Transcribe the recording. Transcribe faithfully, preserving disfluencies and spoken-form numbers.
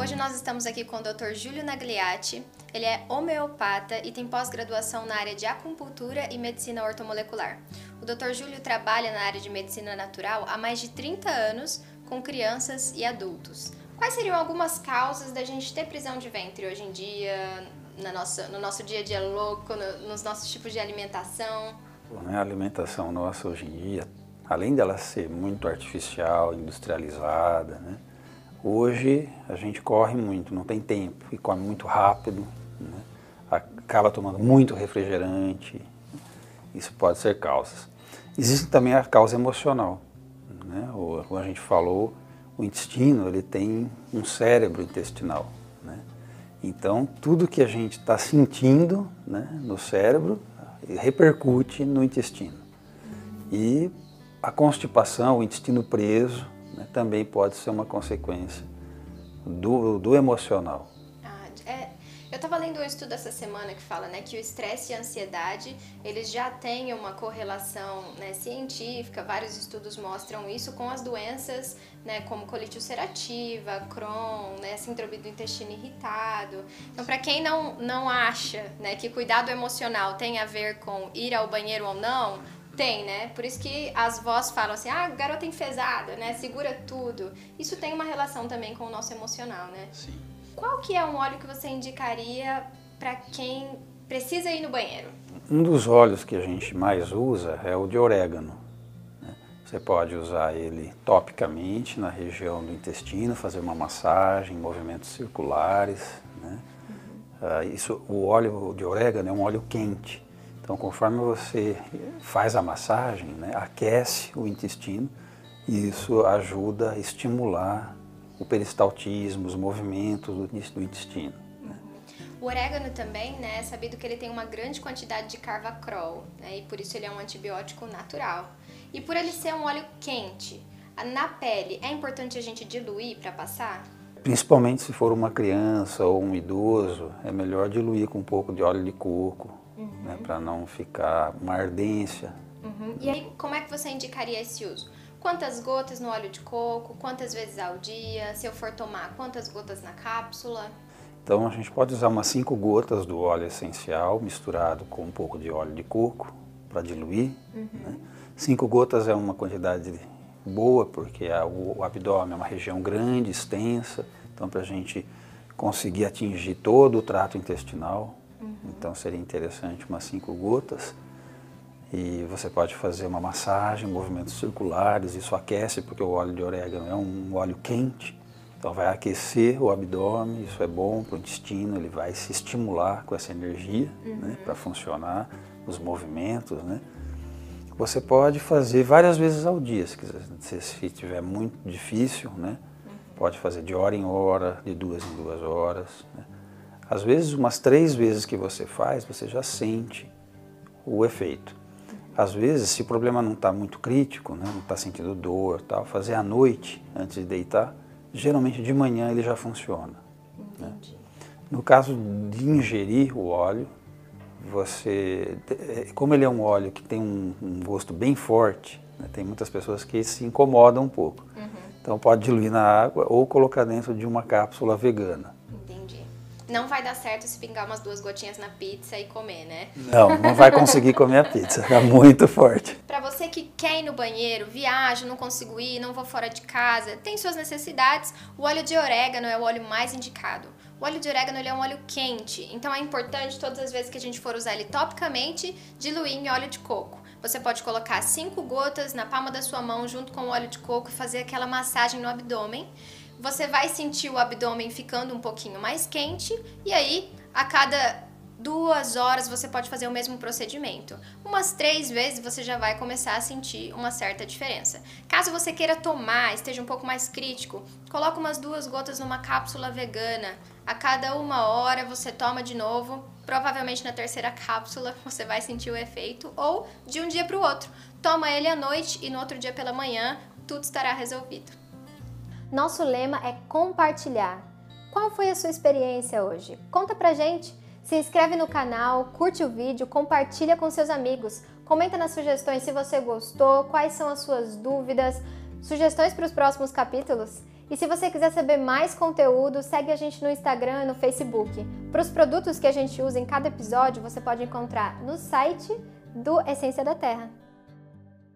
Hoje nós estamos aqui com o doutor Júlio Nagliati. Ele é homeopata e tem pós-graduação na área de acupuntura e medicina ortomolecular. O doutor Júlio trabalha na área de medicina natural há mais de trinta anos com crianças e adultos. Quais seriam algumas causas da gente ter prisão de ventre hoje em dia, na nossa, no nosso dia a dia louco, no, nos nossos tipos de alimentação? Bom, né, a alimentação nossa hoje em dia, além dela ser muito artificial, industrializada, né, hoje a gente corre muito, não tem tempo e come muito rápido, né, acaba tomando muito refrigerante, isso pode ser causas. Existe também a causa emocional, né, como a gente falou, o intestino ele tem um cérebro intestinal, né, então tudo que a gente está sentindo, né, no cérebro repercute no intestino. E a constipação, o intestino preso, né, também pode ser uma consequência do, do emocional. Ah, é, eu estava lendo um estudo essa semana que fala, né, que o estresse e a ansiedade, eles já têm uma correlação, né, científica, vários estudos mostram isso com as doenças, né, como colite ulcerativa, Crohn, né, síndrome do intestino irritado. Então, para quem não, não acha, né, que cuidado emocional tem a ver com ir ao banheiro ou não, tem, né? Por isso que as vós falam assim, ah, garota enfesada, né? Segura tudo. Isso tem uma relação também com o nosso emocional, né? Sim. Qual que é um óleo que você indicaria para quem precisa ir no banheiro? Um dos óleos que a gente mais usa é o de orégano, né? Você pode usar ele topicamente na região do intestino, fazer uma massagem, movimentos circulares, né? Uhum. Uh, isso, o óleo de orégano é um óleo quente. Então, conforme você faz a massagem, né, aquece o intestino e isso ajuda a estimular o peristaltismo, os movimentos do, do intestino. Né. O orégano também, né, é sabido que ele tem uma grande quantidade de carvacrol, né, e por isso ele é um antibiótico natural. E por ele ser um óleo quente, na pele, é importante a gente diluir para passar? Principalmente se for uma criança ou um idoso, é melhor diluir com um pouco de óleo de coco. Uhum. Né, para não ficar uma ardência. Uhum. E aí, como é que você indicaria esse uso? Quantas gotas no óleo de coco? Quantas vezes ao dia? Se eu for tomar, quantas gotas na cápsula? Então, a gente pode usar umas cinco gotas do óleo essencial misturado com um pouco de óleo de coco para diluir. Uhum. Né? Cinco gotas é uma quantidade boa porque a, o, o abdômen é uma região grande, extensa, então para a gente conseguir atingir todo o trato intestinal. Uhum. Então seria interessante umas cinco gotas e você pode fazer uma massagem, movimentos circulares, isso aquece porque o óleo de orégano é um óleo quente, então vai aquecer o abdômen, isso é bom para o intestino, ele vai se estimular com essa energia, uhum, né, para funcionar os movimentos, né. Você pode fazer várias vezes ao dia, se quiser, se estiver muito difícil, né, uhum, pode fazer de hora em hora, de duas em duas horas, né. Às vezes, umas três vezes que você faz, você já sente o efeito. Às vezes, se o problema não está muito crítico, né, não está sentindo dor, tal, fazer à noite, antes de deitar, geralmente de manhã ele já funciona. Né? No caso de ingerir o óleo, você, como ele é um óleo que tem um, um gosto bem forte, né, tem muitas pessoas que se incomodam um pouco. Uhum. Então pode diluir na água ou colocar dentro de uma cápsula vegana. Não vai dar certo se pingar umas duas gotinhas na pizza e comer, né? Não, não vai conseguir comer a pizza, é muito forte. Para você que quer ir no banheiro, viaja, não consigo ir, não vou fora de casa, tem suas necessidades, o óleo de orégano é o óleo mais indicado. O óleo de orégano ele é um óleo quente, então é importante todas as vezes que a gente for usar ele topicamente, diluir em óleo de coco. Você pode colocar cinco gotas na palma da sua mão junto com o óleo de coco e fazer aquela massagem no abdômen. Você vai sentir o abdômen ficando um pouquinho mais quente e aí, a cada duas horas, você pode fazer o mesmo procedimento. Umas três vezes você já vai começar a sentir uma certa diferença. Caso você queira tomar, esteja um pouco mais crítico, coloca umas duas gotas numa cápsula vegana. A cada uma hora você toma de novo, provavelmente na terceira cápsula você vai sentir o efeito, ou de um dia para o outro. Toma ele à noite e no outro dia pela manhã, tudo estará resolvido. Nosso lema é compartilhar. Qual foi a sua experiência hoje? Conta pra gente! Se inscreve no canal, curte o vídeo, compartilha com seus amigos, comenta nas sugestões se você gostou, quais são as suas dúvidas, sugestões para os próximos capítulos. E se você quiser saber mais conteúdo, segue a gente no Instagram e no Facebook. Para os produtos que a gente usa em cada episódio, você pode encontrar no site do Essência da Terra.